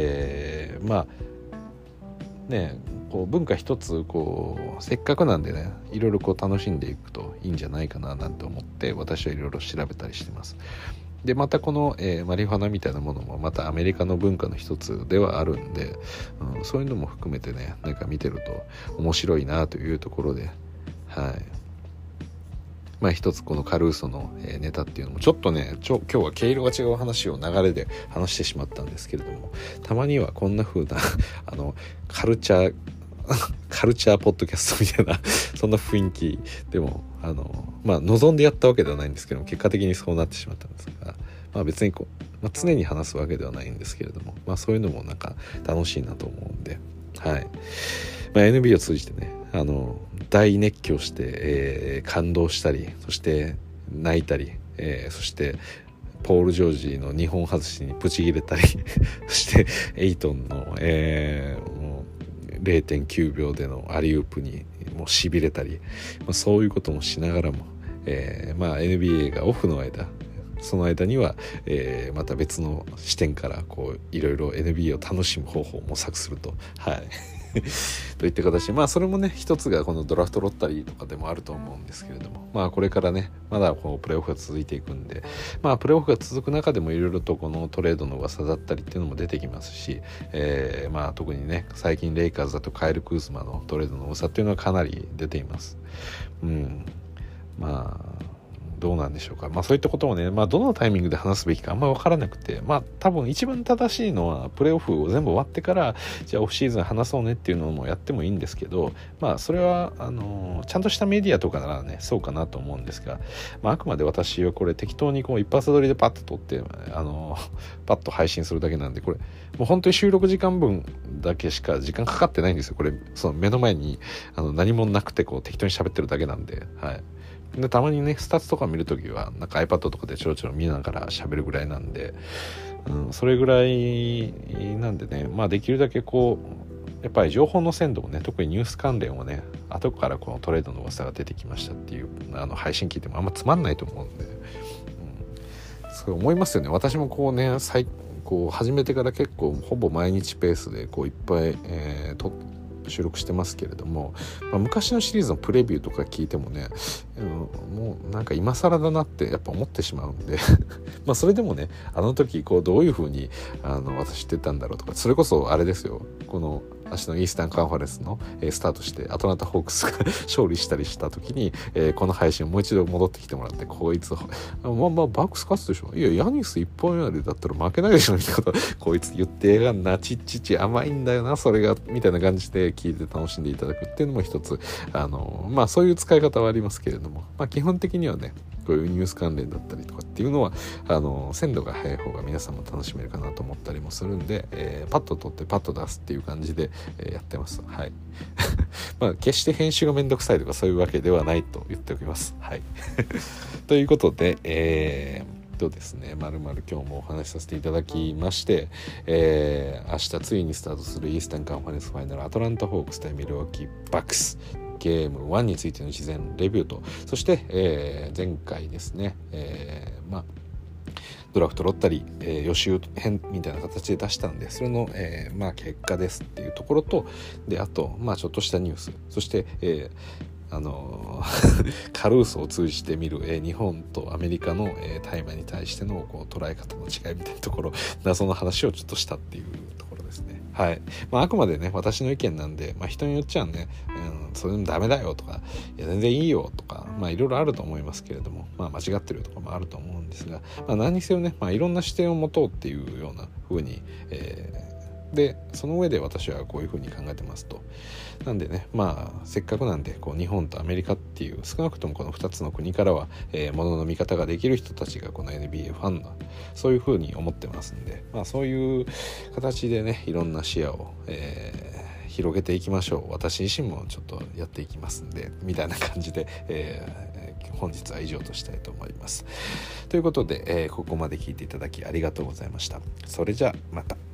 こう文化一つこうせっかくなんでねいろいろこう楽しんでいくといいんじゃないかななんて思って私はいろいろ調べたりしてます。でまたこの、マリファナみたいなものもまたアメリカの文化の一つではあるんで、そういうのも含めてねなんか見てると面白いなというところで、一つこのカルーソのネタっていうのもちょっとね今日は毛色が違う話を流れで話してしまったんですけれども、たまにはこんな風なカルチャーポッドキャストみたいなそんな雰囲気でも望んでやったわけではないんですけども結果的にそうなってしまったんですが、別に常に話すわけではないんですけれども、そういうのもなんか楽しいなと思うんで、NBA を通じてね大熱狂して、感動したりそして泣いたり、そしてポール・ジョージの2本外しにブチ切れたりそしてエイトンの、もう 0.9 秒でのアリウープにもう痺れたり、そういうこともしながらも、NBA がオフの間その間には、また別の視点からこういろいろ NBA を楽しむ方法を模索するとといった形でそれもね一つがこのドラフトロッタリーとかでもあると思うんですけれども、これからねまだこうプレーオフが続いていくんで、プレーオフが続く中でもいろいろとこのトレードの噂だったりっていうのも出てきますし、特にね最近レイカーズだとカイル・クーズマのトレードの噂っていうのはかなり出ています。どうなんでしょうか。そういったこともね、どのタイミングで話すべきかあんまり分からなくて、多分一番正しいのはプレーオフを全部終わってからじゃあオフシーズン話そうねっていうのもやってもいいんですけど、それはちゃんとしたメディアとかならねそうかなと思うんですが、あくまで私はこれ適当にこう一発撮りでパッと撮ってパッと配信するだけなんで、これもう本当に収録時間分だけしか時間かかってないんですよ。これその目の前に何もなくてこう適当に喋ってるだけなんで、でたまにねスタッツとか見るときはなんか iPad とかでちょろちょろ見ながら喋るぐらいなんで、それぐらいなんでね、できるだけこうやっぱり情報の鮮度もね特にニュース関連をね後からこのトレードの噂が出てきましたっていう配信聞いてもあんまつまんないと思うんで、そう思いますよね。私もこうねこう始めてから結構ほぼ毎日ペースでこういっぱい、収録してますけれども、昔のシリーズのプレビューとか聞いてもね、もうなんか今更だなってやっぱ思ってしまうんでそれでもねあの時こうどういう風に私言ってたんだろうとか、それこそあれですよ、この明日のイースタンカンファレンスの、スタートしてアトランタホークスが勝利したりした時に、この配信をもう一度戻ってきてもらって、こいつバックス勝つでしょ、いやヤニス一本やりだったら負けないでしょみたいなことこいつ言ってやがんな、ちっちち甘いんだよなそれがみたいな感じで聞いて楽しんでいただくっていうのも一つそういう使い方はありますけれども、基本的にはねこういうニュース関連だったりとかっていうのは鮮度が早い方が皆さんも楽しめるかなと思ったりもするんで、パッと撮ってパッと出すっていう感じでやってます。決して編集がめんどくさいとかそういうわけではないと言っておきます。ということでですね、まるまる今日もお話しさせていただきまして、明日ついにスタートするイースタンカンファレンスファイナルアトランタホークス対ミルウォーキーバックスゲーム1についての事前レビューと、そして、前回ですね、ドラフトロッタリー、予習編みたいな形で出したんで、それの、結果ですっていうところと、であと、ちょっとしたニュース、そして、カルーソを通じて見る、日本とアメリカの、大麻に対してのこう捉え方の違いみたいなところ、謎の話をちょっとしたっていうところですね。あくまでね私の意見なんで、人によっちゃね、それでもダメだよとか、いや全然いいよとか、いろいろあると思いますけれども、間違ってるとかもあると思うんですが、何にせよね、いろんな視点を持とうっていうような風に、でその上で私はこういう風に考えてますと。なんでねせっかくなんでこう日本とアメリカっていう少なくともこの2つの国からは、物の見方ができる人たちがこの NBA ファンなそういう風に思ってますんで、そういう形でねいろんな視野を、 広げていきましょう。私自身もちょっとやっていきますんで、みたいな感じで、本日は以上としたいと思います。ということで、ここまで聞いていただきありがとうございました。それじゃあまた。